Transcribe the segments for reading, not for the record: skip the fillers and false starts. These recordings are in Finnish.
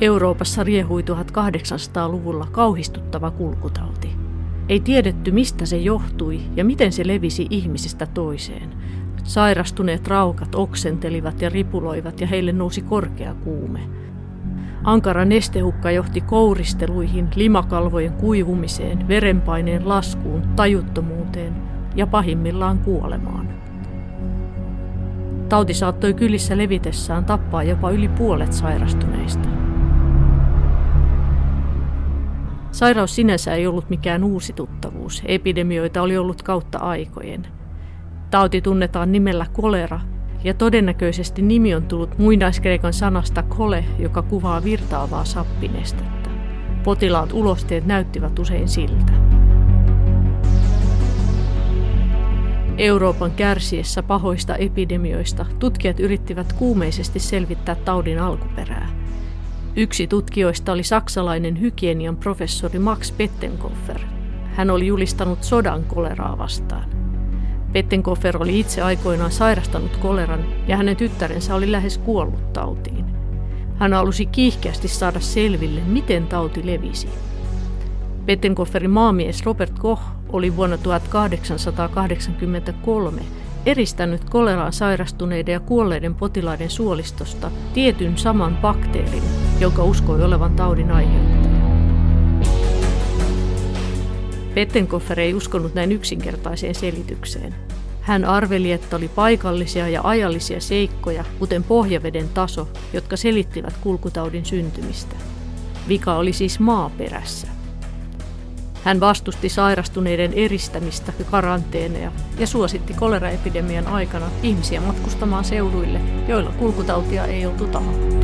Euroopassa riehui 1800-luvulla kauhistuttava kulkutauti. Ei tiedetty, mistä se johtui ja miten se levisi ihmisestä toiseen. Sairastuneet raukat oksentelivat ja ripuloivat ja heille nousi korkea kuume. Ankara nestehukka johti kouristeluihin, limakalvojen kuivumiseen, verenpaineen laskuun, tajuttomuuteen ja pahimmillaan kuolemaan. Tauti saattoi kylissä levitessään tappaa jopa yli puolet sairastuneista. Sairaus sinänsä ei ollut mikään uusi tuttavuus. Epidemioita oli ollut kautta aikojen. Tauti tunnetaan nimellä kolera, ja todennäköisesti nimi on tullut muinaiskreikan sanasta kole, joka kuvaa virtaavaa sappinestettä. Potilaat ulosteet näyttivät usein siltä. Euroopan kärsiessä pahoista epidemioista tutkijat yrittivät kuumeisesti selvittää taudin alkuperää. Yksi tutkijoista oli saksalainen hygienian professori Max Pettenkofer. Hän oli julistanut sodan koleraa vastaan. Pettenkofer oli itse aikoinaan sairastanut koleran ja hänen tyttärensä oli lähes kuollut tautiin. Hän halusi kiihkeästi saada selville, miten tauti levisi. Pettenkoferin maamies Robert Koch oli vuonna 1883 eristänyt koleraan sairastuneiden ja kuolleiden potilaiden suolistosta tietyn saman bakteerin, jonka uskoi olevan taudin aiheuttaja. Pettenkofer ei uskonut näin yksinkertaiseen selitykseen. Hän arveli, että oli paikallisia ja ajallisia seikkoja, kuten pohjaveden taso, jotka selittivät kulkutaudin syntymistä. Vika oli siis maaperässä. Hän vastusti sairastuneiden eristämistä ja karanteeneja ja suositti koleraepidemian aikana ihmisiä matkustamaan seuduille, joilla kulkutautia ei oltu tahattu.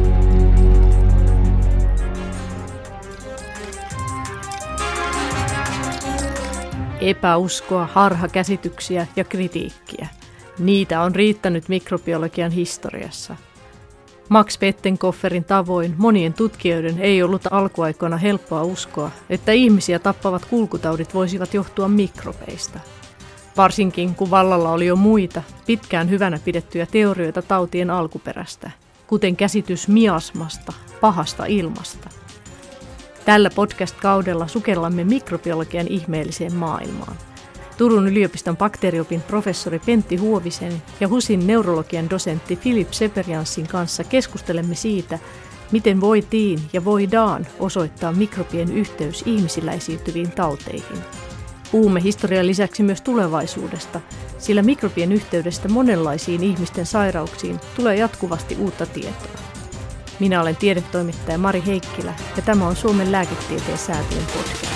Epäuskoa, harhakäsityksiä ja kritiikkiä. Niitä on riittänyt mikrobiologian historiassa. Max Pettenkoferin tavoin monien tutkijoiden ei ollut alkuaikoina helppoa uskoa, että ihmisiä tappavat kulkutaudit voisivat johtua mikrobeista. Varsinkin kun vallalla oli jo muita, pitkään hyvänä pidettyjä teorioita tautien alkuperästä, kuten käsitys miasmasta, pahasta ilmasta. Tällä podcast-kaudella sukellamme mikrobiologian ihmeelliseen maailmaan. Turun yliopiston bakteeriopin professori Pentti Huovisen ja HUSin neurologian dosentti Philip Seperiansin kanssa keskustelemme siitä, miten voitiin ja voidaan osoittaa mikrobien yhteys ihmisillä esiintyviin tauteihin. Puhumme historian lisäksi myös tulevaisuudesta, sillä mikrobien yhteydestä monenlaisiin ihmisten sairauksiin tulee jatkuvasti uutta tietoa. Minä olen tiedetoimittaja Mari Heikkilä ja tämä on Suomen lääketieteen säätiön podcast.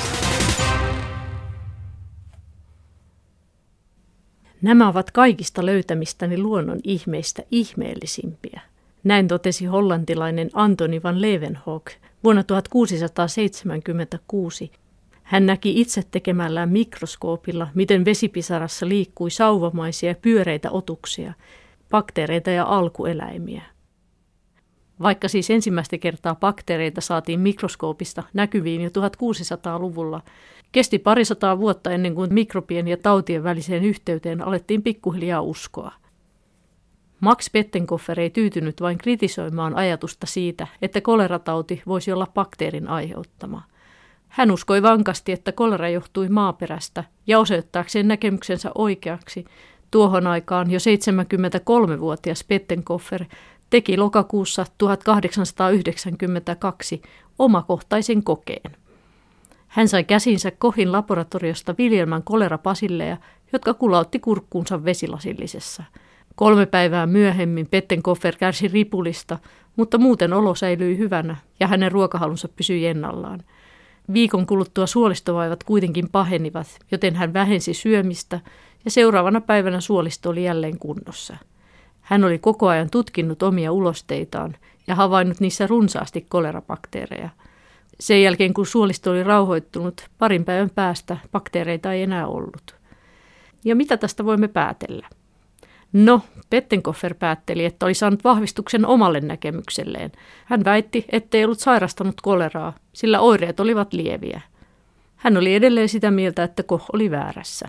Nämä ovat kaikista löytämistäni luonnon ihmeistä ihmeellisimpiä. Näin totesi hollantilainen Antoni van Leeuwenhoek vuonna 1676. Hän näki itse tekemällään mikroskoopilla, miten vesipisarassa liikkui sauvamaisia ja pyöreitä otuksia, bakteereita ja alkueläimiä. Vaikka siis ensimmäistä kertaa bakteereita saatiin mikroskoopista näkyviin jo 1600-luvulla, kesti parisataa vuotta ennen kuin mikrobien ja tautien väliseen yhteyteen alettiin pikkuhiljaa uskoa. Max Pettenkofer ei tyytynyt vain kritisoimaan ajatusta siitä, että koleratauti voisi olla bakteerin aiheuttama. Hän uskoi vankasti, että kolera johtui maaperästä ja osoittaakseen näkemyksensä oikeaksi tuohon aikaan jo 73-vuotias Pettenkofer teki lokakuussa 1892 omakohtaisen kokeen. Hän sai käsinsä Kochin laboratoriosta viljelmän kolerapasilleja, jotka kulautti kurkkuunsa vesilasillisessa. 3 päivää myöhemmin Pettenkofer kärsi ripulista, mutta muuten olo säilyi hyvänä ja hänen ruokahalunsa pysyi ennallaan. Viikon kuluttua suolistovaivat kuitenkin pahenivat, joten hän vähensi syömistä ja seuraavana päivänä suolisto oli jälleen kunnossa. Hän oli koko ajan tutkinut omia ulosteitaan ja havainnut niissä runsaasti kolerabakteereja. Sen jälkeen, kun suolisto oli rauhoittunut, 2 päivän päästä bakteereita ei enää ollut. Ja mitä tästä voimme päätellä? No, Pettenkofer päätteli, että oli saanut vahvistuksen omalle näkemykselleen. Hän väitti, ettei ollut sairastanut koleraa, sillä oireet olivat lieviä. Hän oli edelleen sitä mieltä, että Koch oli väärässä.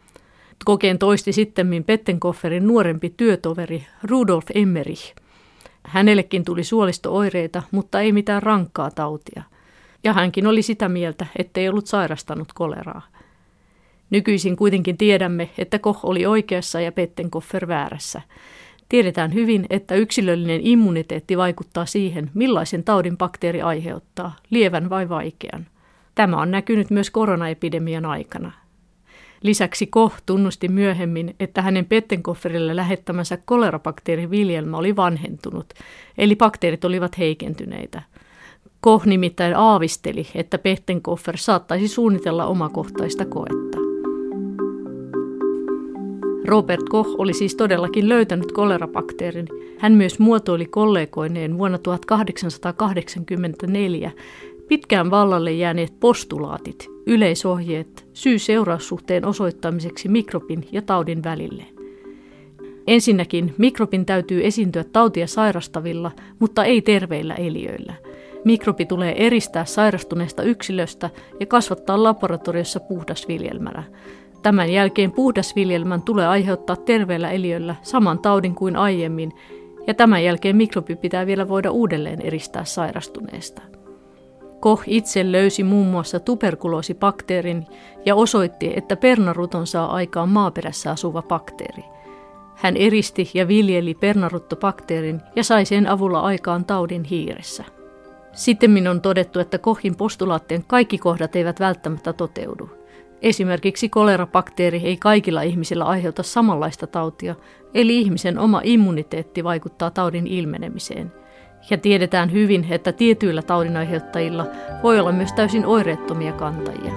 Kokeen toisti sittemmin Pettenkoferin nuorempi työtoveri Rudolf Emmerich. Hänellekin tuli suolisto-oireita, mutta ei mitään rankkaa tautia. Ja hänkin oli sitä mieltä, ettei ollut sairastanut koleraa. Nykyisin kuitenkin tiedämme, että Koch oli oikeassa ja Pettenkofer väärässä. Tiedetään hyvin, että yksilöllinen immuniteetti vaikuttaa siihen, millaisen taudin bakteeri aiheuttaa, lievän vai vaikean. Tämä on näkynyt myös koronaepidemian aikana. Lisäksi Koch tunnusti myöhemmin, että hänen Pettenkofferille lähettämänsä kolerabakteeriviljelmä oli vanhentunut, eli bakteerit olivat heikentyneitä. Koch nimittäin aavisteli, että Pettenkoffer saattaisi suunnitella omakohtaista koetta. Robert Koch oli siis todellakin löytänyt kolerabakteerin. Hän myös muotoili kollegoineen vuonna 1884 pitkään vallalle jääneet postulaatit, yleisohjeet syy-seuraussuhteen osoittamiseksi mikrobin ja taudin välille. Ensinnäkin mikrobin täytyy esiintyä tautia sairastavilla, mutta ei terveillä eliöillä. Mikrobi tulee eristää sairastuneesta yksilöstä ja kasvattaa laboratoriossa puhdasviljelmänä. Tämän jälkeen puhdasviljelmän tulee aiheuttaa terveellä eliöllä saman taudin kuin aiemmin, ja tämän jälkeen mikrobi pitää vielä voida uudelleen eristää sairastuneesta. Koch itse löysi muun muassa tuberkuloosibakteerin ja osoitti, että pernaruton saa aikaan maaperässä asuva bakteeri. Hän eristi ja viljeli pernaruttobakteerin ja sai sen avulla aikaan taudin hiiressä. Sittemmin on todettu, että Kochin postulaattien kaikki kohdat eivät välttämättä toteudu. Esimerkiksi kolerabakteeri ei kaikilla ihmisillä aiheuta samanlaista tautia, eli ihmisen oma immuniteetti vaikuttaa taudin ilmenemiseen. Ja tiedetään hyvin, että tietyillä taudinaiheuttajilla voi olla myös täysin oireettomia kantajia.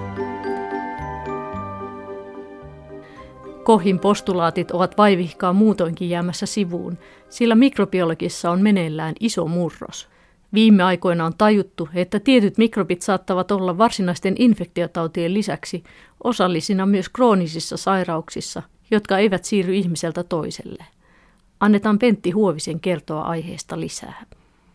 Kochin postulaatit ovat vaivihkaa muutoinkin jäämässä sivuun, sillä mikrobiologiassa on meneillään iso murros. Viime aikoina on tajuttu, että tietyt mikrobit saattavat olla varsinaisten infektiotautien lisäksi osallisina myös kroonisissa sairauksissa, jotka eivät siirry ihmiseltä toiselle. Annetaan Pentti Huovisen kertoa aiheesta lisää.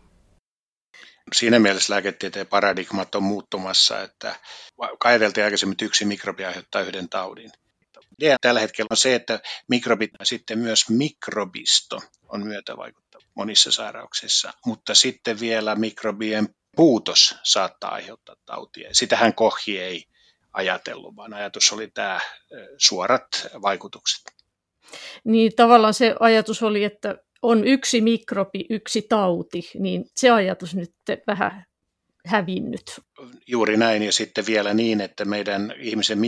Siinä mielessä lääketieteen paradigmat on muuttumassa, että ajateltiin aikaisemmin, että yksi mikrobi aiheuttaa yhden taudin. Idea tällä hetkellä on se, että mikrobit ja sitten myös mikrobisto on myötävaikuttava monissa sairauksissa, mutta sitten vielä mikrobien puutos saattaa aiheuttaa tautia. Sitähän Koch ei ajatellut, vaan ajatus oli tämä suorat vaikutukset. Niin tavallaan se ajatus oli, että on yksi mikrobi, yksi tauti, niin se ajatus nyt vähän hävinnyt. Juuri näin, ja sitten vielä niin, että meidän ihmisen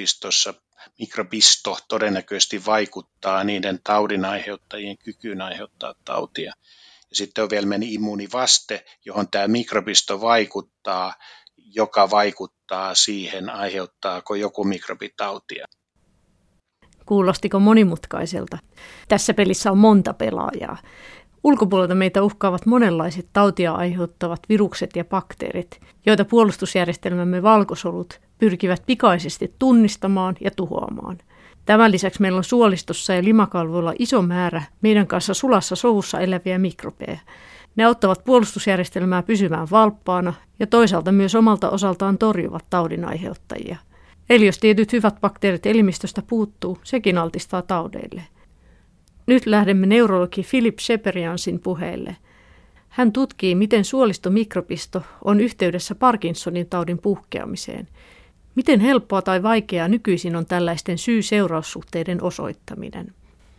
mikrobisto todennäköisesti vaikuttaa niiden taudin aiheuttajien kykyyn aiheuttaa tautia. Ja sitten on vielä meidän immuunivaste, johon tämä mikrobisto vaikuttaa, joka vaikuttaa siihen, aiheuttaako joku mikrobitautia. Kuulostiko monimutkaiselta? Tässä pelissä on monta pelaajaa. Ulkopuolelta meitä uhkaavat monenlaiset tautia aiheuttavat virukset ja bakteerit, joita puolustusjärjestelmämme valkosolut pyrkivät pikaisesti tunnistamaan ja tuhoamaan. Tämän lisäksi meillä on suolistossa ja limakalvoilla iso määrä meidän kanssa sulassa sovussa eläviä mikrobeja. Ne auttavat puolustusjärjestelmää pysymään valppaana ja toisaalta myös omalta osaltaan torjuvat taudin aiheuttajia. Eli jos tietyt hyvät bakteerit elimistöstä puuttuu, sekin altistaa taudeille. Nyt lähdemme neurologi Philip Sheperiansin puheelle. Hän tutkii, miten suolistomikrobisto on yhteydessä Parkinsonin taudin puhkeamiseen. Miten helppoa tai vaikeaa nykyisin on tällaisten syy-seuraussuhteiden osoittaminen?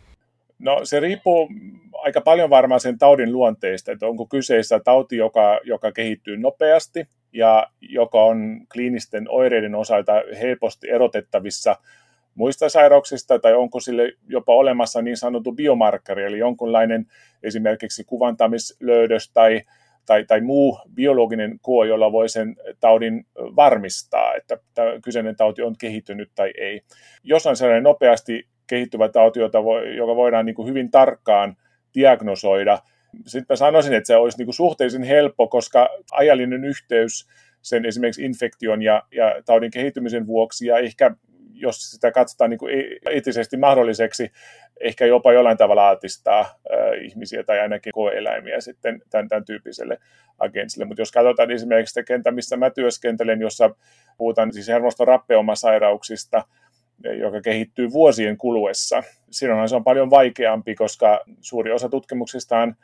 No se riippuu aika paljon varmaan sen taudin luonteesta, että onko kyseessä tauti, joka kehittyy nopeasti ja joka on kliinisten oireiden osalta helposti erotettavissa muista sairauksista, tai onko sille jopa olemassa niin sanottu biomarkkeri, eli jonkunlainen esimerkiksi kuvantamislöydös tai muu biologinen koe, jolla voi sen taudin varmistaa, että tämä kyseinen tauti on kehittynyt tai ei. Jos on sellainen nopeasti kehittyvä tauti, joka voidaan niin kuin hyvin tarkkaan diagnosoida, sitten mä sanoisin, että se olisi niin kuin suhteellisen helppo, koska ajallinen yhteys sen esimerkiksi infektion ja taudin kehittymisen vuoksi, ja ehkä jos sitä katsotaan niin kuin eettisesti mahdolliseksi, ehkä jopa jollain tavalla altistaa ihmisiä tai ainakin koe-eläimiä sitten tämän tyyppiselle agentsille. Mutta jos katsotaan esimerkiksi sitä kentä, missä mä työskentelen, jossa puhutaan siis hermoston rappeumasairauksista, joka kehittyy vuosien kuluessa, silloinhan se on paljon vaikeampi, koska suuri osa tutkimuksistaan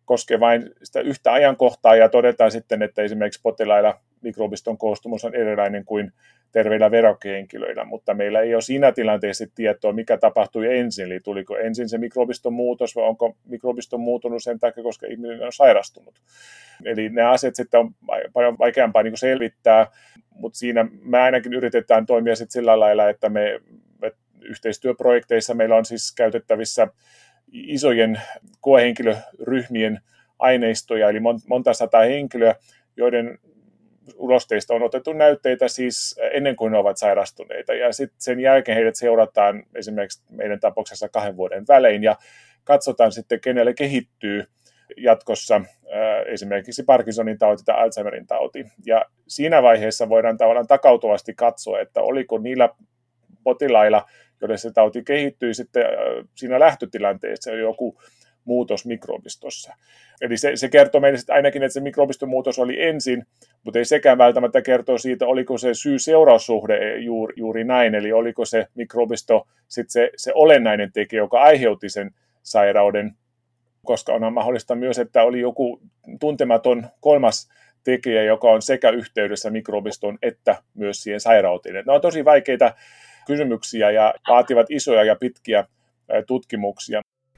koskee vain sitä yhtä ajankohtaa ja todetaan sitten, että esimerkiksi potilailla mikrobiston koostumus on erilainen kuin terveillä verrokkihenkilöillä, mutta meillä ei ole siinä tilanteessa tietoa, mikä tapahtui ensin, eli tuliko ensin se mikrobiston muutos vai onko mikrobiston muutunut sen takia, koska ihminen on sairastunut. Eli nämä asiat sitten on paljon vaikeampaa niin selvittää, mutta siinä me ainakin yritetään toimia sitten sillä lailla, että me yhteistyöprojekteissa meillä on siis käytettävissä isojen koehenkilöryhmien aineistoja, eli monta sataa henkilöä, joiden ulosteista on otettu näytteitä siis ennen kuin ne ovat sairastuneita, ja sitten sen jälkeen heidät seurataan esimerkiksi meidän tapauksessa 2 vuoden välein, ja katsotaan sitten, kenelle kehittyy jatkossa esimerkiksi Parkinsonin tauti tai Alzheimerin tauti, ja siinä vaiheessa voidaan tavallaan takautuvasti katsoa, että oliko niillä potilailla, joille se tauti kehittyi sitten siinä lähtötilanteessa, oli joku muutos mikrobistossa. Eli se kertoo meille ainakin, että se mikrobiston muutos oli ensin, mutta ei sekään välttämättä kertoo siitä, oliko se syy-seuraussuhde juuri näin, eli oliko se mikrobisto sitten se olennainen tekijä, joka aiheutti sen sairauden, koska onhan mahdollista myös, että oli joku tuntematon kolmas tekijä, joka on sekä yhteydessä mikrobistoon että myös siihen sairauteen. Nämä on tosi vaikeita kysymyksiä ja vaativat isoja ja pitkiä tutkimuksia.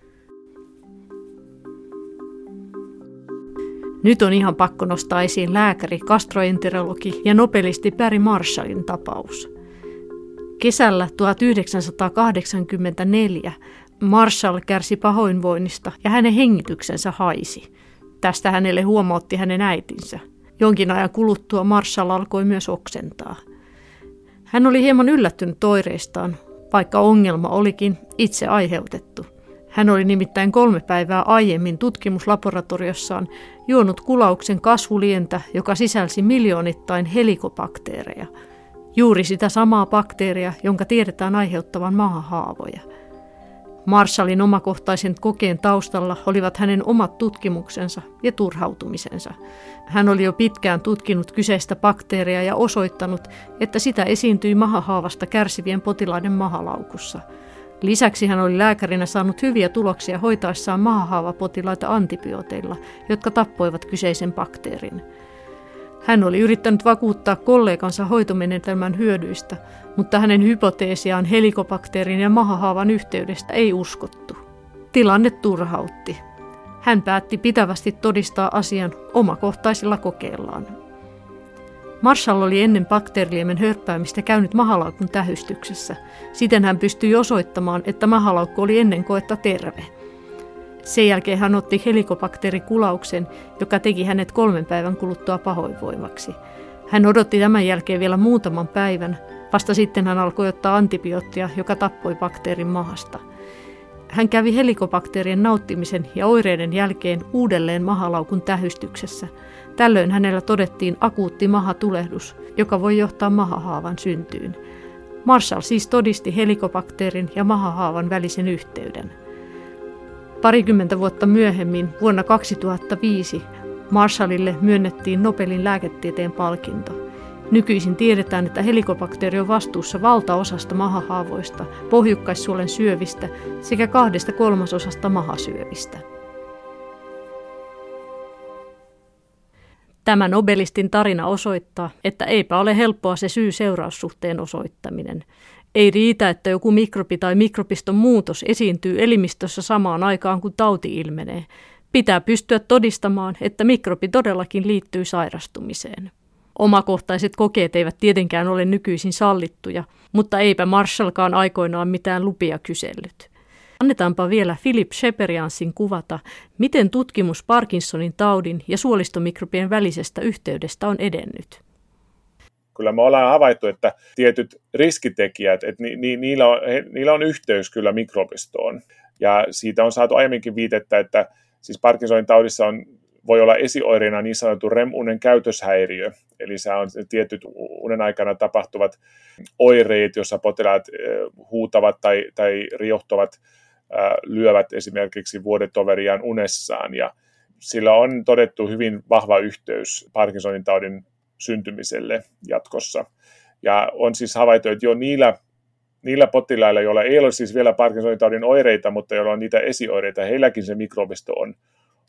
Nyt on ihan pakko nostaa esiin lääkäri, gastroenterologi ja nobelisti Barry Marshallin tapaus. Kesällä 1984 Marshall kärsi pahoinvoinnista ja hänen hengityksensä haisi. Tästä hänelle huomautti hänen äitinsä. Jonkin ajan kuluttua Marshall alkoi myös oksentaa. Hän oli hieman yllättynyt oireistaan, vaikka ongelma olikin itse aiheutettu. Hän oli nimittäin 3 päivää aiemmin tutkimuslaboratoriossaan juonut kulauksen kasvulientä, joka sisälsi miljoonittain helikobakteereja. Juuri sitä samaa bakteeria, jonka tiedetään aiheuttavan mahahaavoja. Marshallin omakohtaisen kokeen taustalla olivat hänen omat tutkimuksensa ja turhautumisensa. Hän oli jo pitkään tutkinut kyseistä bakteeria ja osoittanut, että sitä esiintyi mahahaavasta kärsivien potilaiden mahalaukussa. Lisäksi hän oli lääkärinä saanut hyviä tuloksia hoitaessaan mahahaavapotilaita antibiooteilla, jotka tappoivat kyseisen bakteerin. Hän oli yrittänyt vakuuttaa kollegansa hoitomenetelmän hyödyistä, mutta hänen hypoteesiaan helikobakteerin ja mahahaavan yhteydestä ei uskottu. Tilanne turhautti. Hän päätti pitävästi todistaa asian omakohtaisilla kokeillaan. Marshall oli ennen bakteeriliemen hörppäämistä käynyt mahalaukun tähystyksessä. Siten hän pystyi osoittamaan, että mahalaukku oli ennen koetta terve. Sen jälkeen hän otti helikobakteerikulauksen, joka teki hänet 3 päivän kuluttua pahoinvoivaksi. Hän odotti tämän jälkeen vielä muutaman päivän, vasta sitten hän alkoi ottaa antibioottia, joka tappoi bakteerin mahasta. Hän kävi helikobakteerien nauttimisen ja oireiden jälkeen uudelleen mahalaukun tähystyksessä. Tällöin hänellä todettiin akuutti mahatulehdus, joka voi johtaa mahahaavan syntyyn. Marshall siis todisti helikobakteerin ja mahahaavan välisen yhteyden. 20 vuotta myöhemmin, vuonna 2005, Marshallille myönnettiin Nobelin lääketieteen palkinto. Nykyisin tiedetään, että helikobakteeri on vastuussa valtaosasta mahahaavoista, pohjukkaissuolen syövistä sekä 2/3 mahasyövistä. Tämä nobelistin tarina osoittaa, että eipä ole helppoa se syy-seuraussuhteen osoittaminen. Ei riitä, että joku mikrobi tai mikrobiston muutos esiintyy elimistössä samaan aikaan, kun tauti ilmenee. Pitää pystyä todistamaan, että mikrobi todellakin liittyy sairastumiseen. Omakohtaiset kokeet eivät tietenkään ole nykyisin sallittuja, mutta eipä Marshallkaan aikoinaan mitään lupia kysellyt. Annetaanpa vielä Philip Sheperiansin kuvata, miten tutkimus Parkinsonin taudin ja suolistomikrobien välisestä yhteydestä on edennyt. Kyllä me ollaan havaittu, että tietyt riskitekijät, että niillä on yhteys kyllä mikrobistoon. Ja siitä on saatu aiemminkin viitettä, että siis Parkinsonin taudissa voi olla esioireena niin sanottu REM-unen käytöshäiriö. Eli se on tietyt unen aikana tapahtuvat oireet, joissa potilaat huutavat tai riohtavat, lyövät esimerkiksi vuodetoveriaan unessaan. Ja sillä on todettu hyvin vahva yhteys Parkinsonin taudin syntymiselle jatkossa. Ja on siis havaittu, että jo niillä potilailla, joilla ei ole siis vielä Parkinsonin taudin oireita, mutta joilla on niitä esioireita, heilläkin se mikrobisto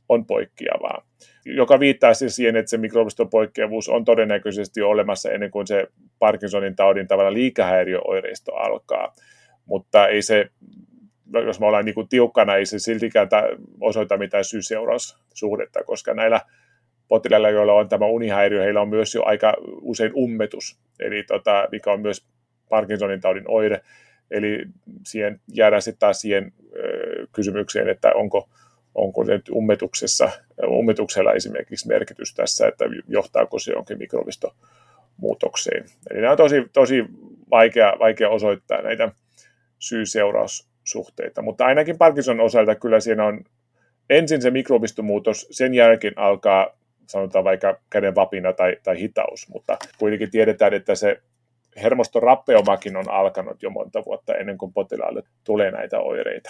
on poikkeavaa, joka viittaa siis siihen, että se mikrobiston poikkeavuus on todennäköisesti jo olemassa ennen kuin se Parkinsonin taudin tavalla liikahäiriöoireisto alkaa. Mutta ei se, jos me ollaan niin kuin tiukkana, ei se siltikään osoita mitään syy-seuraussuhdetta, koska näillä potilailla, joilla on tämä unihäiriö, heillä on myös jo aika usein ummetus, eli mikä on myös Parkinsonin taudin oire. Eli siihen jäädään sitten taas siihen kysymykseen, että onko nyt ummituksella esimerkiksi merkitys tässä, että johtaako se jonkin mikrobistomuutokseen. Eli nämä on tosi vaikea osoittaa näitä syy-seuraussuhteita, mutta ainakin Parkinson osalta kyllä siinä on ensin se mikrobistomuutos, sen jälkeen alkaa sanotaan vaikka käden vapina tai hitaus, mutta kuitenkin tiedetään, että se hermoston rappeumakin on alkanut jo monta vuotta ennen kuin potilaalle tulee näitä oireita.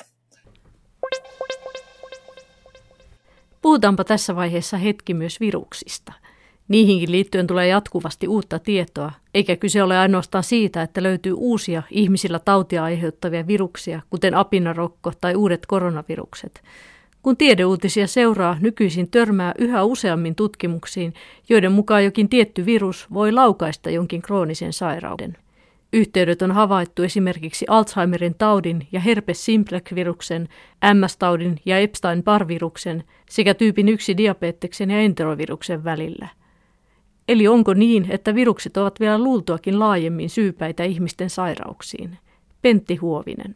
Puhutaanpa tässä vaiheessa hetki myös viruksista. Niihinkin liittyen tulee jatkuvasti uutta tietoa, eikä kyse ole ainoastaan siitä, että löytyy uusia ihmisillä tautia aiheuttavia viruksia, kuten apinarokko tai uudet koronavirukset. Kun tiedeuutisia seuraa, nykyisin törmää yhä useammin tutkimuksiin, joiden mukaan jokin tietty virus voi laukaista jonkin kroonisen sairauden. Yhteydet on havaittu esimerkiksi Alzheimerin taudin ja herpes simplex-viruksen, MS-taudin ja Epstein-Barr-viruksen sekä tyypin 1 diabeteksen ja enteroviruksen välillä. Eli onko niin, että virukset ovat vielä luultuakin laajemmin syypäitä ihmisten sairauksiin? Pentti Huovinen.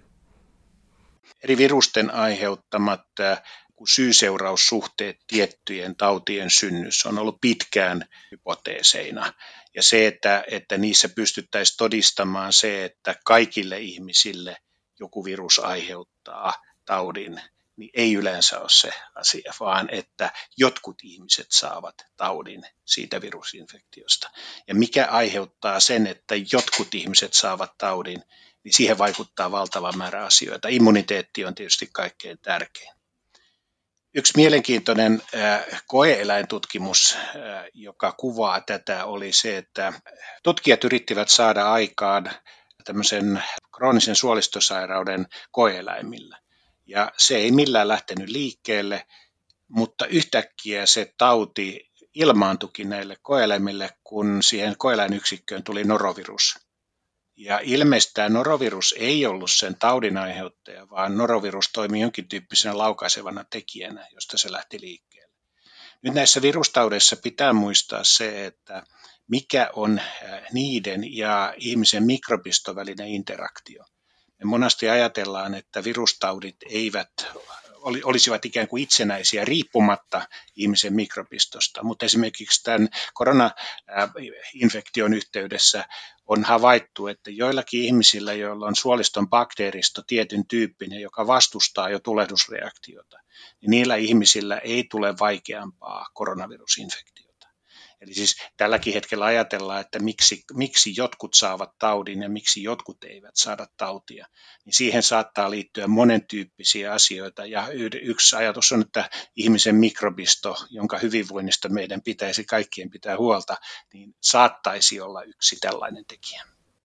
Eri virusten aiheuttamat syy-seuraussuhteet tiettyjen tautien synnyssä on ollut pitkään hypoteeseina. Ja se, että niissä pystyttäisiin todistamaan se, että kaikille ihmisille joku virus aiheuttaa taudin, niin ei yleensä ole se asia, vaan että jotkut ihmiset saavat taudin siitä virusinfektiosta. Ja mikä aiheuttaa sen, että jotkut ihmiset saavat taudin, niin siihen vaikuttaa valtava määrä asioita. Immuniteetti on tietysti kaikkein tärkein. Yksi mielenkiintoinen koe-eläintutkimus, joka kuvaa tätä, oli se, että tutkijat yrittivät saada aikaan tämmöisen kroonisen suolistosairauden koe-eläimillä. Ja se ei millään lähtenyt liikkeelle, mutta yhtäkkiä se tauti ilmaantuikin näille koe-eläimille, kun siihen koe-eläinyksikköön tuli norovirus. Ja ilmeisesti tämä norovirus ei ollut sen taudin aiheuttaja, vaan norovirus toimi jonkin tyyppisenä laukaisevana tekijänä, josta se lähti liikkeelle. Nyt näissä virustaudeissa pitää muistaa se, että mikä on niiden ja ihmisen mikrobiston välinen interaktio. Me monasti ajatellaan, että virustaudit olisivat ikään kuin itsenäisiä riippumatta ihmisen mikrobistosta, mutta esimerkiksi tämän koronainfektion yhteydessä on havaittu, että joillakin ihmisillä, joilla on suoliston bakteeristo tietyn tyyppinen, joka vastustaa jo tulehdusreaktiota, niin niillä ihmisillä ei tule vaikeampaa koronavirusinfektiota. Eli siis tälläkin hetkellä ajatellaan, että miksi jotkut saavat taudin ja miksi jotkut eivät saada tautia. Niin siihen saattaa liittyä monen tyyppisiä asioita. Ja yksi ajatus on, että ihmisen mikrobisto, jonka hyvinvoinnista meidän pitäisi kaikkien pitää huolta, niin saattaisi olla yksi tällainen tekijä.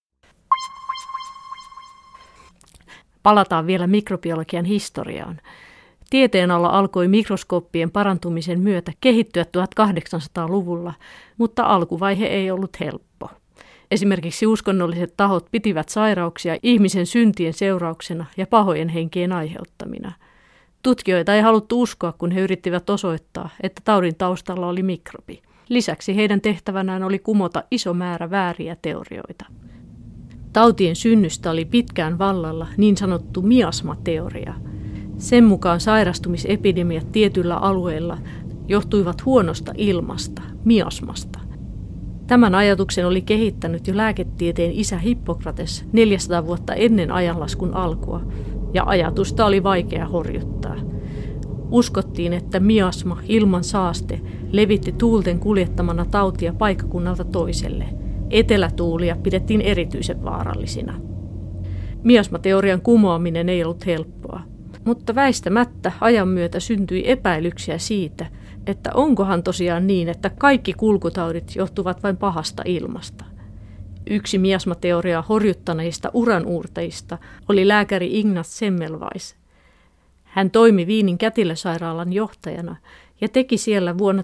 Palataan vielä mikrobiologian historiaan. Tieteenala alkoi mikroskooppien parantumisen myötä kehittyä 1800-luvulla, mutta alkuvaihe ei ollut helppo. Esimerkiksi uskonnolliset tahot pitivät sairauksia ihmisen syntien seurauksena ja pahojen henkien aiheuttamina. Tutkijoita ei haluttu uskoa, kun he yrittivät osoittaa, että taudin taustalla oli mikrobi. Lisäksi heidän tehtävänään oli kumota iso määrä vääriä teorioita. Tautien synnystä oli pitkään vallalla niin sanottu miasmateoria. Sen mukaan sairastumisepidemiat tietyillä alueilla johtuivat huonosta ilmasta, miasmasta. Tämän ajatuksen oli kehittänyt jo lääketieteen isä Hippokrates 400 vuotta ennen ajanlaskun alkua, ja ajatusta oli vaikea horjuttaa. Uskottiin, että miasma, ilman saaste, levitti tuulten kuljettamana tautia paikkakunnalta toiselle. Etelätuulia pidettiin erityisen vaarallisina. Miasmateorian kumoaminen ei ollut helppoa. Mutta väistämättä ajan myötä syntyi epäilyksiä siitä, että onkohan tosiaan niin, että kaikki kulkutaudit johtuvat vain pahasta ilmasta. Yksi miasmateoriaa horjuttaneista uranuurtajista oli lääkäri Ignaz Semmelweis. Hän toimi Viinin kätilösairaalan johtajana ja teki siellä vuonna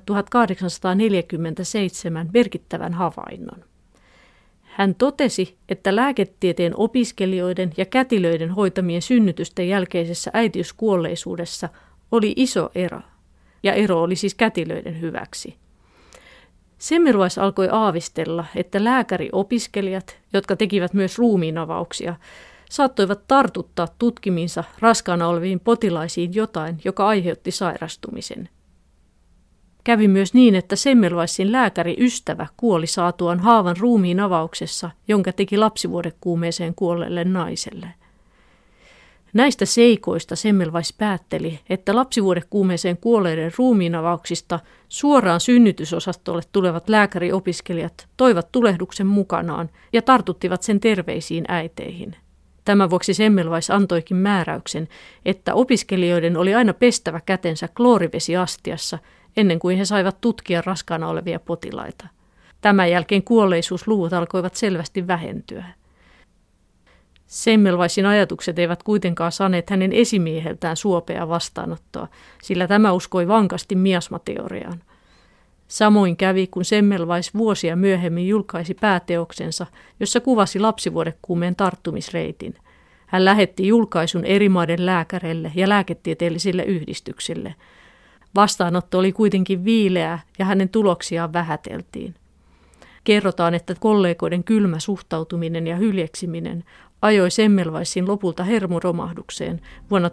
1847 merkittävän havainnon. Hän totesi, että lääketieteen opiskelijoiden ja kätilöiden hoitamien synnytysten jälkeisessä äitiyskuolleisuudessa oli iso ero, ja ero oli siis kätilöiden hyväksi. Semmelweis alkoi aavistella, että lääkäriopiskelijat, jotka tekivät myös ruumiinavauksia, saattoivat tartuttaa tutkimiinsa raskaana oleviin potilaisiin jotain, joka aiheutti sairastumisen. Kävi myös niin, että Semmelweisin lääkäriystävä kuoli saatuaan haavan ruumiinavauksessa, jonka teki lapsivuodekuumeeseen kuolleelle naiselle. Näistä seikoista Semmelweis päätteli, että lapsivuodekuumeeseen kuolleiden ruumiinavauksista suoraan synnytysosastolle tulevat lääkäriopiskelijat toivat tulehduksen mukanaan ja tartuttivat sen terveisiin äiteihin. Tämän vuoksi Semmelweis antoikin määräyksen, että opiskelijoiden oli aina pestävä kätensä kloorivesiastiassa ennen kuin he saivat tutkia raskaana olevia potilaita. Tämän jälkeen kuolleisuusluvut alkoivat selvästi vähentyä. Semmelweisin ajatukset eivät kuitenkaan saaneet hänen esimieheltään suopeaa vastaanottoa, sillä tämä uskoi vankasti miasmateoriaan. Samoin kävi, kun Semmelweis vuosia myöhemmin julkaisi pääteoksensa, jossa kuvasi lapsivuodekuumeen tarttumisreitin. Hän lähetti julkaisun eri maiden lääkäreille ja lääketieteellisille yhdistyksille. Vastaanotto oli kuitenkin viileää ja hänen tuloksiaan vähäteltiin. Kerrotaan, että kollegoiden kylmä suhtautuminen ja hyljeksiminen ajoi Semmelweisin lopulta hermoromahdukseen vuonna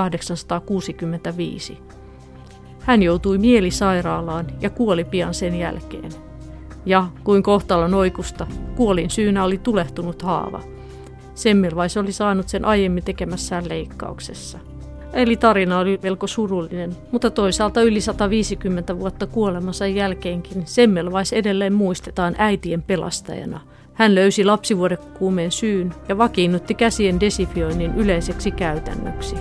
1865. Hän joutui mielisairaalaan ja kuoli pian sen jälkeen. Ja kuin kohtalon oikusta, kuolin syynä oli tulehtunut haava. Semmelweis oli saanut sen aiemmin tekemässään leikkauksessa. Eli tarina oli melko surullinen, mutta toisaalta yli 150 vuotta kuolemansa jälkeenkin Semmelweis edelleen muistetaan äitien pelastajana. Hän löysi lapsivuodekuumeen syyn ja vakiinnutti käsien desifioinnin yleiseksi käytännöksi.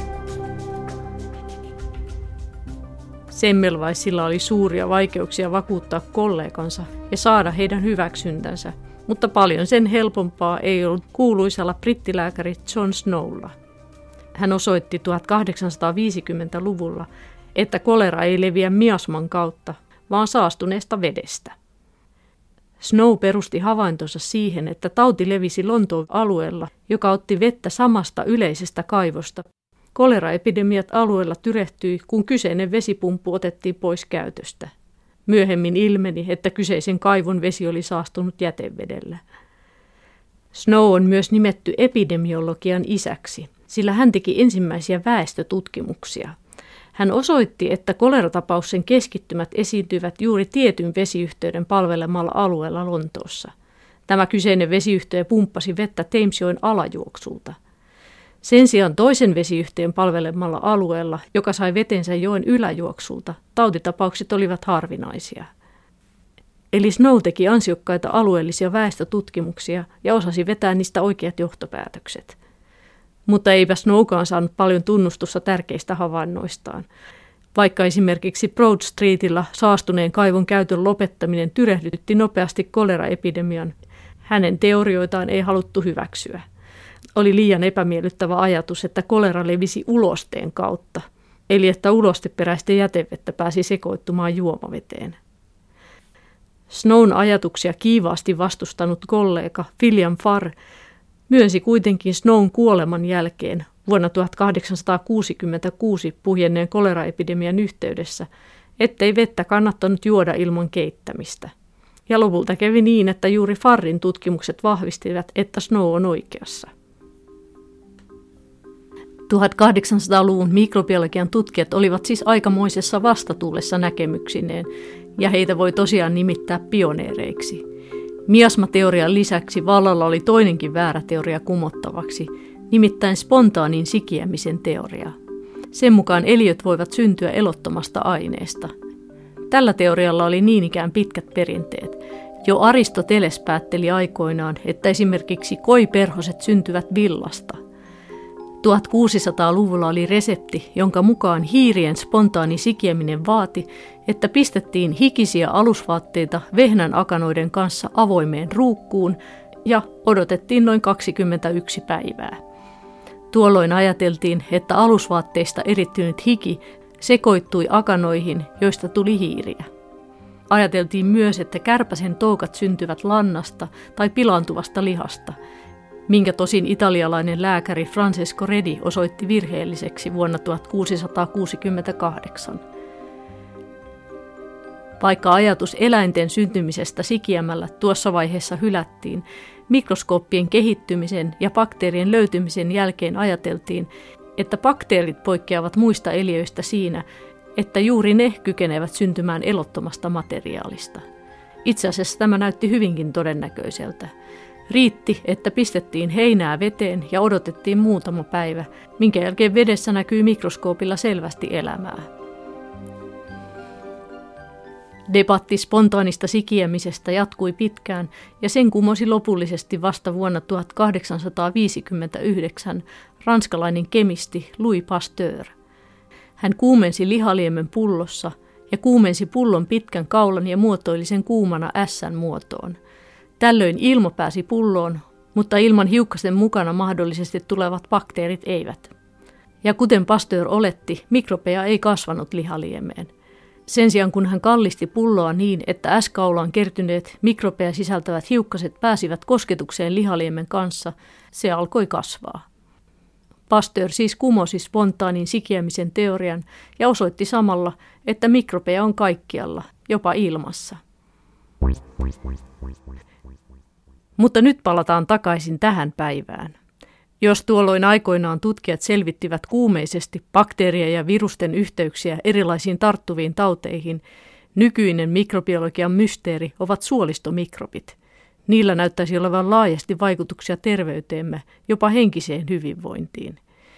Semmelweisilla oli suuria vaikeuksia vakuuttaa kollegansa ja saada heidän hyväksyntänsä, mutta paljon sen helpompaa ei ollut kuuluisalla brittilääkäri John Snowlla. Hän osoitti 1850-luvulla, että kolera ei leviä miasman kautta, vaan saastuneesta vedestä. Snow perusti havaintonsa siihen, että tauti levisi Lontoon alueella, joka otti vettä samasta yleisestä kaivosta. Koleraepidemiat alueella tyrehtyi, kun kyseinen vesipumppu otettiin pois käytöstä. Myöhemmin ilmeni, että kyseisen kaivon vesi oli saastunut jätevedellä. Snow on myös nimetty epidemiologian isäksi, sillä hän teki ensimmäisiä väestötutkimuksia. Hän osoitti, että koleratapausten keskittymät esiintyivät juuri tietyn vesiyhteyden palvelemalla alueella Lontoossa. Tämä kyseinen vesiyhteys pumppasi vettä Thamesjoen alajuoksulta. Sen sijaan toisen vesiyhtiön palvelemalla alueella, joka sai vetensä joen yläjuoksulta, tautitapaukset olivat harvinaisia. Eli Snow teki ansiokkaita alueellisia väestötutkimuksia ja osasi vetää niistä oikeat johtopäätökset. Mutta eipä Snowkaan saanut paljon tunnustusta tärkeistä havainnoistaan. Vaikka esimerkiksi Broad Streetillä saastuneen kaivon käytön lopettaminen tyrehdytti nopeasti koleraepidemian, hänen teorioitaan ei haluttu hyväksyä. Oli liian epämiellyttävä ajatus, että kolera levisi ulosteen kautta, eli että ulosteperäistä jätevettä pääsi sekoittumaan juomaveteen. Snown ajatuksia kiivaasti vastustanut kollega William Farr myönsi kuitenkin Snown kuoleman jälkeen vuonna 1866 puhjenneen koleraepidemian yhteydessä, ettei vettä kannattanut juoda ilman keittämistä. Ja lopulta kävi niin, että juuri Farrin tutkimukset vahvistivat, että Snow on oikeassa. 1800-luvun mikrobiologian tutkijat olivat siis aikamoisessa vastatuulessa näkemyksineen, ja heitä voi tosiaan nimittää pioneereiksi. Miasmateorian lisäksi vallalla oli toinenkin väärä teoria kumottavaksi, nimittäin spontaanin sikiämisen teoria. Sen mukaan eliöt voivat syntyä elottomasta aineesta. Tällä teorialla oli niin ikään pitkät perinteet. Jo Aristoteles päätteli aikoinaan, että esimerkiksi koiperhoset syntyvät villasta. 1600-luvulla oli resepti, jonka mukaan hiirien spontaani sikiäminen vaati, että pistettiin hikisiä alusvaatteita vehnän akanoiden kanssa avoimeen ruukkuun ja odotettiin noin 21 päivää. Tuolloin ajateltiin, että alusvaatteista erittynyt hiki sekoittui akanoihin, joista tuli hiiriä. Ajateltiin myös, että kärpäsen toukat syntyvät lannasta tai pilaantuvasta lihasta, minkä tosin italialainen lääkäri Francesco Redi osoitti virheelliseksi vuonna 1668. Vaikka ajatus eläinten syntymisestä sikiämällä tuossa vaiheessa hylättiin, mikroskooppien kehittymisen ja bakteerien löytymisen jälkeen ajateltiin, että bakteerit poikkeavat muista eliöistä siinä, että juuri ne kykenevät syntymään elottomasta materiaalista. Itse asiassa tämä näytti hyvinkin todennäköiseltä. Riitti, että pistettiin heinää veteen ja odotettiin muutama päivä, minkä jälkeen vedessä näkyy mikroskoopilla selvästi elämää. Debatti spontaanista sikiämisestä jatkui pitkään ja sen kumosi lopullisesti vasta vuonna 1859 ranskalainen kemisti Louis Pasteur. Hän kuumensi lihaliemen pullossa ja kuumensi pullon pitkän kaulan ja muotoili sen kuumana S-muotoon. Tällöin ilma pääsi pulloon, mutta ilman hiukkasten mukana mahdollisesti tulevat bakteerit eivät. Ja kuten Pasteur oletti, mikrobeja ei kasvanut lihaliemeen. Sen sijaan kun hän kallisti pulloa niin, että S-kaulaan kertyneet mikrobeja sisältävät hiukkaset pääsivät kosketukseen lihaliemen kanssa, se alkoi kasvaa. Pasteur siis kumosi spontaanin sikiämisen teorian ja osoitti samalla, että mikrobeja on kaikkialla, jopa ilmassa. Mutta nyt palataan takaisin tähän päivään. Jos tuolloin aikoinaan tutkijat selvittivät kuumeisesti bakteerien ja virusten yhteyksiä erilaisiin tarttuviin tauteihin, nykyinen mikrobiologian mysteeri ovat suolistomikrobit. Niillä näyttäisi olevan laajasti vaikutuksia terveyteemme, jopa henkiseen hyvinvointiin.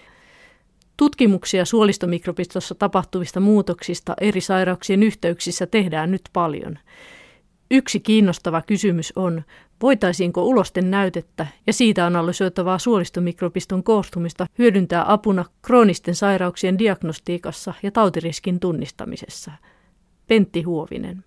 Tutkimuksia suolistomikrobistossa tapahtuvista muutoksista eri sairauksien yhteyksissä tehdään nyt paljon. Yksi kiinnostava kysymys on, voitaisiinko ulosten näytettä ja siitä analysoitavaa suolistomikropiston koostumista hyödyntää apuna kroonisten sairauksien diagnostiikassa ja tautiriskin tunnistamisessa. Pentti Huovinen.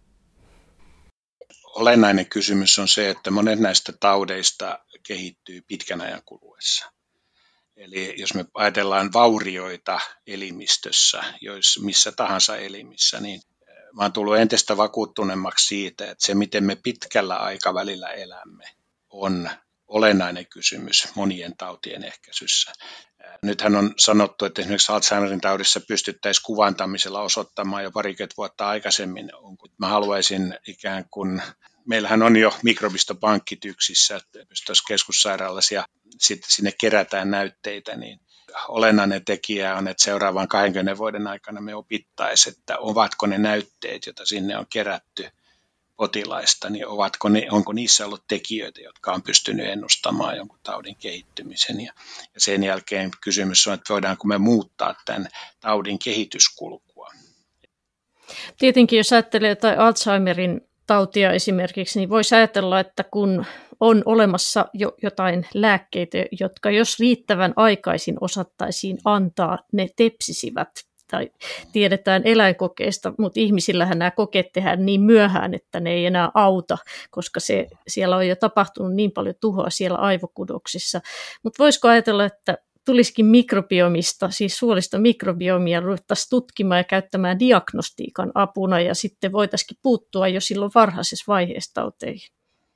Olennainen kysymys on se, että monet näistä taudeista kehittyy pitkän ajan kuluessa. Eli jos me ajatellaan vaurioita elimistössä, missä tahansa elimissä, niin mä oon tullut entistä vakuuttuneemmaksi siitä, että se miten me pitkällä aikavälillä elämme on olennainen kysymys monien tautien ehkäisyssä. Nythän on sanottu, että esimerkiksi Alzheimerin taudissa pystyttäisiin kuvantamisella osoittamaan jo parikymmentä vuotta aikaisemmin. Mä haluaisin ikään kuin, meillähän on jo mikrobistopankki TYKSissä, keskussairaalassa ja sitten sinne kerätään näytteitä, niin olennainen tekijä on, että seuraavan 20 vuoden aikana me opittaisiin, että ovatko ne näytteet, joita sinne on kerätty potilaista, niin onko niissä ollut tekijöitä, jotka on pystynyt ennustamaan jonkun taudin kehittymisen. Ja sen jälkeen kysymys on, että voidaanko me muuttaa tämän taudin kehityskulkua. Tietenkin jos ajattelee jotain Alzheimerin tautia esimerkiksi, niin voisi ajatella, että kun on olemassa jo jotain lääkkeitä, jotka jos riittävän aikaisin osattaisiin antaa, ne tepsisivät. Tai tiedetään eläinkokeista, mutta ihmisillähän nämä kokeet tehdään niin myöhään, että ne ei enää auta, koska siellä on jo tapahtunut niin paljon tuhoa siellä aivokudoksissa. Mutta voisiko ajatella, että tulisikin mikrobiomista, siis suolista mikrobiomia, ruvettaisiin tutkimaan ja käyttämään diagnostiikan apuna ja sitten voitaisiin puuttua jo silloin varhaisessa vaiheessa tauteihin?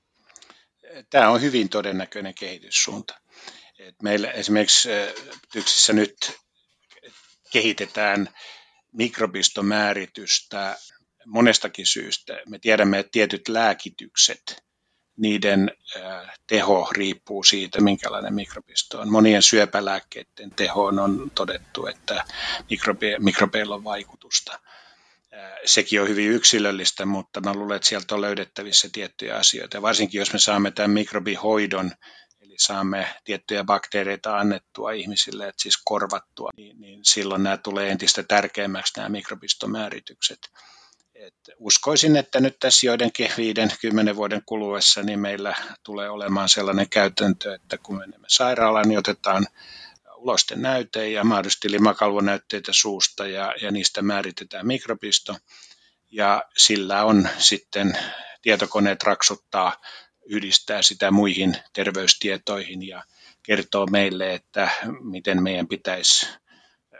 Tämä on hyvin todennäköinen kehityssuunta. Meillä esimerkiksi TYKSissä nyt kehitetään mikrobistomääritystä monestakin syystä. Me tiedämme, että tietyt lääkitykset, niiden teho riippuu siitä, minkälainen mikrobisto on. Monien syöpälääkkeiden tehoon on todettu, että mikrobeilla on vaikutusta. Sekin on hyvin yksilöllistä, mutta mä luulen, että sieltä on löydettävissä tiettyjä asioita. Ja varsinkin jos me saamme tämän mikrobihoidon, eli saamme tiettyjä bakteereita annettua ihmisille, että siis korvattua, niin silloin nämä tulee entistä tärkeämmäksi nämä mikrobistomääritykset. Uskoisin, että nyt tässä joidenkin 5-10 vuoden kuluessa niin meillä tulee olemaan sellainen käytäntö, että kun menemme sairaalaan, niin otetaan ulosten näyte ja mahdollisesti limakalvonäytteitä suusta ja niistä määritetään mikrobisto. Ja sillä on sitten tietokoneet raksuttaa, yhdistää sitä muihin terveystietoihin ja kertoo meille, että miten meidän pitäisi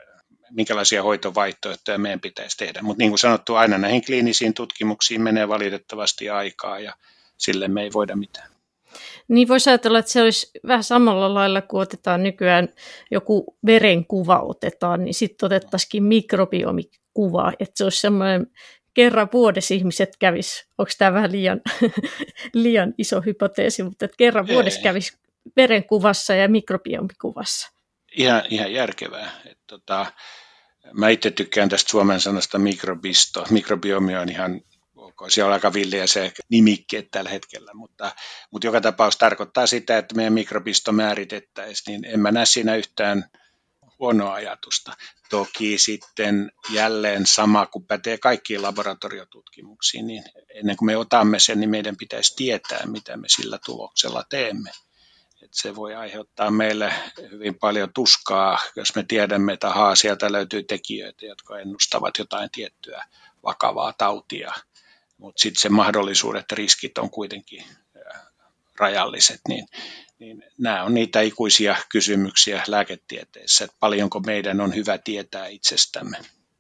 minkälaisia hoitovaihtoehtoja meidän pitäisi tehdä. Mutta niin kuin sanottu, aina näihin kliinisiin tutkimuksiin menee valitettavasti aikaa ja sille me ei voida mitään. Niin voisi ajatella, että se olisi vähän samalla lailla, kun otetaan nykyään joku verenkuva otetaan, niin sitten otettaisiin mikrobiomikuva, että se olisi semmoinen kerran vuodessa ihmiset kävis, onko tämä vähän liian iso hypoteesi, mutta että kerran vuodessa kävisi verenkuvassa ja mikrobiomikuvassa. Ihan järkevää. Mä itse tykkään tästä suomen sanasta mikrobisto. Mikrobiomi on ihan siellä on aika villiä se nimikkeet tällä hetkellä, mutta joka tapaus tarkoittaa sitä, että meidän mikrobisto määritettäisiin, niin en mä näe siinä yhtään huonoa ajatusta. Toki sitten jälleen sama, kun pätee kaikkiin laboratoriotutkimuksiin, niin ennen kuin me otamme sen, niin meidän pitäisi tietää, mitä me sillä tuloksella teemme. Et se voi aiheuttaa meille hyvin paljon tuskaa, jos me tiedämme, että sieltä löytyy tekijöitä, jotka ennustavat jotain tiettyä vakavaa tautia. Mutta sitten se mahdollisuudet ja riskit on kuitenkin rajalliset, niin nämä on niitä ikuisia kysymyksiä lääketieteessä, että paljonko meidän on hyvä tietää itsestämme.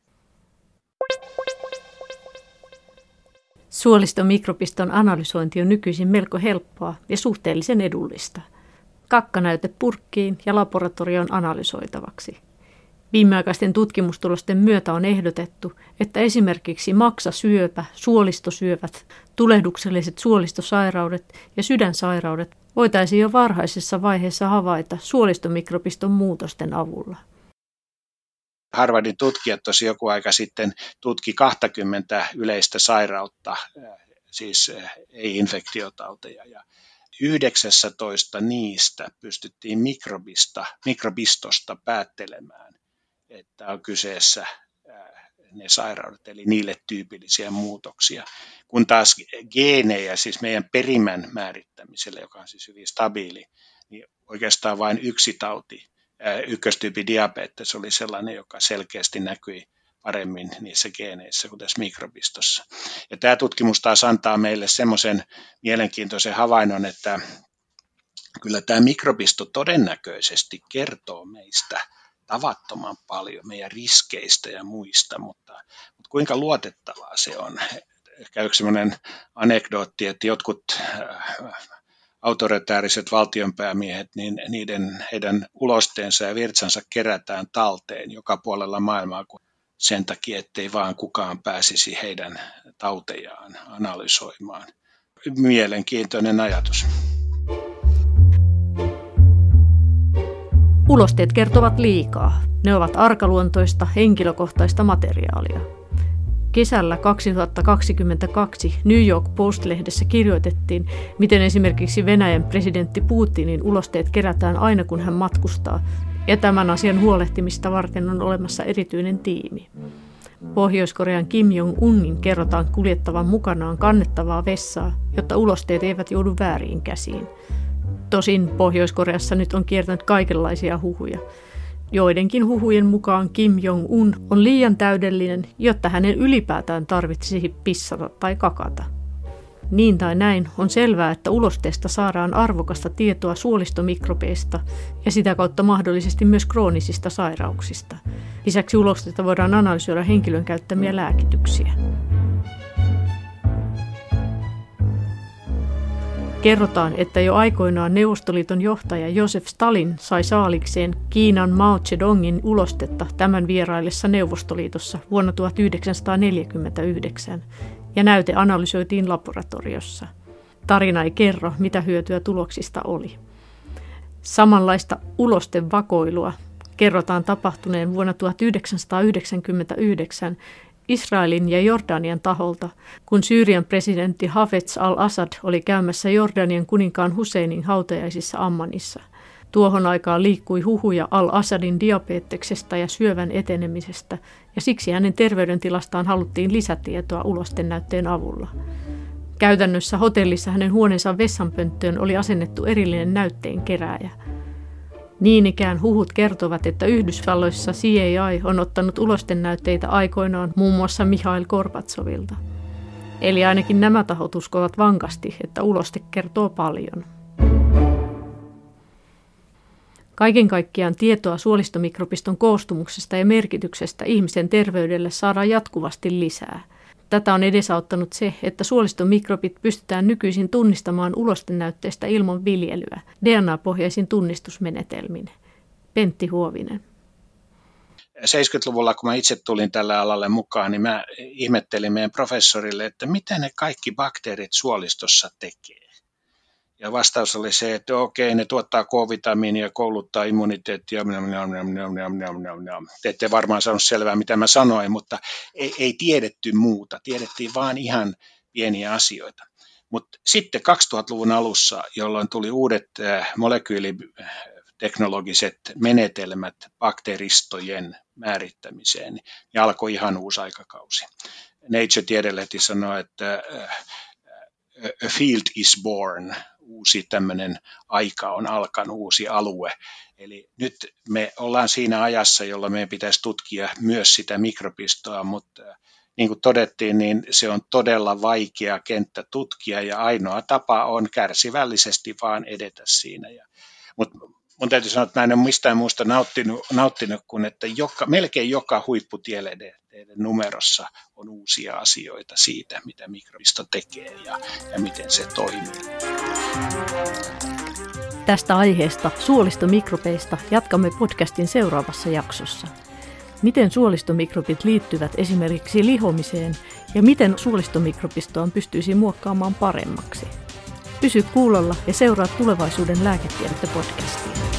Suolistomikrobiston analysointi on nykyisin melko helppoa ja suhteellisen edullista. Kakkanäyte purkkiin ja laboratorion analysoitavaksi. Viimeaikaisten tutkimustulosten myötä on ehdotettu, että esimerkiksi maksasyöpä, suolistosyövät, tulehdukselliset suolistosairaudet ja sydänsairaudet voitaisiin jo varhaisessa vaiheessa havaita suolistomikrobiston muutosten avulla. Harvardin tutkijat tosi joku aika sitten tutki 20 yleistä sairautta, siis ei-infektiotauteja, ja 19 niistä pystyttiin mikrobistosta päättelemään, että on kyseessä ne sairaudet, eli niille tyypillisiä muutoksia. Kun taas geenejä, siis meidän perimän määrittämiselle, joka on siis hyvin stabiili, niin oikeastaan vain yksi tauti, ykköstyypin diabetes oli sellainen, joka selkeästi näkyi paremmin niissä geeneissä kuin tässä mikrobistossa. Ja tämä tutkimus taas antaa meille semmoisen mielenkiintoisen havainnon, että kyllä tämä mikrobisto todennäköisesti kertoo meistä tavattoman paljon meidän riskeistä ja muista, mutta kuinka luotettavaa se on? Ehkä yksi sellainen anekdootti, että jotkut autoritääriset valtionpäämiehet, niin heidän ulosteensa ja virtsansa kerätään talteen joka puolella maailmaa sen takia, ettei vaan kukaan pääsisi heidän tautejaan analysoimaan. Mielenkiintoinen ajatus. Ulosteet kertovat liikaa. Ne ovat arkaluontoista, henkilökohtaista materiaalia. Kesällä 2022 New York Post-lehdessä kirjoitettiin, miten esimerkiksi Venäjän presidentti Putinin ulosteet kerätään aina kun hän matkustaa, ja tämän asian huolehtimista varten on olemassa erityinen tiimi. Pohjois-Korean Kim Jong-unin kerrotaan kuljettavan mukanaan kannettavaa vessaa, jotta ulosteet eivät joudu vääriin käsiin. Tosin Pohjois-Koreassa nyt on kiertänyt kaikenlaisia huhuja. Joidenkin huhujen mukaan Kim Jong-un on liian täydellinen, jotta hänen ylipäätään tarvitsisi pissata tai kakata. Niin tai näin on selvää, että ulosteesta saadaan arvokasta tietoa suolistomikrobeista ja sitä kautta mahdollisesti myös kroonisista sairauksista. Lisäksi ulosteesta voidaan analysoida henkilön käyttämiä lääkityksiä. Kerrotaan, että jo aikoinaan Neuvostoliiton johtaja Josef Stalin sai saalikseen Kiinan Mao Zedongin ulostetta tämän vieraillessa Neuvostoliitossa vuonna 1949, ja näyte analysoitiin laboratoriossa. Tarina ei kerro, mitä hyötyä tuloksista oli. Samanlaista ulostevakoilua kerrotaan tapahtuneen vuonna 1999 Israelin ja Jordanian taholta, kun Syyrian presidentti Hafez al-Assad oli käymässä Jordanian kuninkaan Husseinin hautajaisissa Ammanissa. Tuohon aikaan liikkui huhuja al-Assadin diabeteksesta ja syövän etenemisestä, ja siksi hänen terveydentilastaan haluttiin lisätietoa ulostennäytteen avulla. Käytännössä hotellissa hänen huoneensa vessanpönttöön oli asennettu erillinen näytteen kerääjä. Niin ikään huhut kertovat, että Yhdysvalloissa CIA on ottanut ulostennäytteitä aikoinaan muun muassa Mikhail Gorbatsovilta. Eli ainakin nämä tahot uskovat vankasti, että uloste kertoo paljon. Kaiken kaikkiaan tietoa suolistomikropiston koostumuksesta ja merkityksestä ihmisen terveydelle saadaan jatkuvasti lisää. Tätä on edesauttanut se, että suolistomikrobit pystytään nykyisin tunnistamaan ulostenäytteistä ilman viljelyä DNA-pohjaisin tunnistusmenetelmin. Pentti Huovinen. 70-luvulla, kun mä itse tulin tälle alalle mukaan, niin mä ihmettelin meidän professorille, että mitä ne kaikki bakteerit suolistossa tekee. Ja vastaus oli se, että okei, ne tuottaa K-vitamiinia, kouluttaa immuniteettia. Te ette varmaan saanut selvää, mitä mä sanoin, mutta ei tiedetty muuta. Tiedettiin vaan ihan pieniä asioita. Mutta sitten 2000-luvun alussa, jolloin tuli uudet molekyyliteknologiset menetelmät bakteeristojen määrittämiseen, niin alkoi ihan uusi aikakausi. Nature-tiedelehti sanoi, että a field is born, uusi tämmöinen aika on alkanut, uusi alue. Eli nyt me ollaan siinä ajassa, jolloin meidän pitäisi tutkia myös sitä mikrobistoa, mutta niin kuin todettiin, niin se on todella vaikea kenttä tutkia ja ainoa tapa on kärsivällisesti vaan edetä siinä. Mutta mun täytyy sanoa, että mä en ole mistään muusta nauttinut kuin, että melkein joka huipputieteiden numerossa on uusia asioita siitä, mitä mikrobisto tekee ja miten se toimii. Tästä aiheesta suolistomikrobeista jatkamme podcastin seuraavassa jaksossa. Miten suolistomikrobit liittyvät esimerkiksi lihomiseen ja miten suolistomikrobistoa pystyisi muokkaamaan paremmaksi. Pysy kuulolla ja seuraa Tulevaisuuden lääketiedettä podcastia.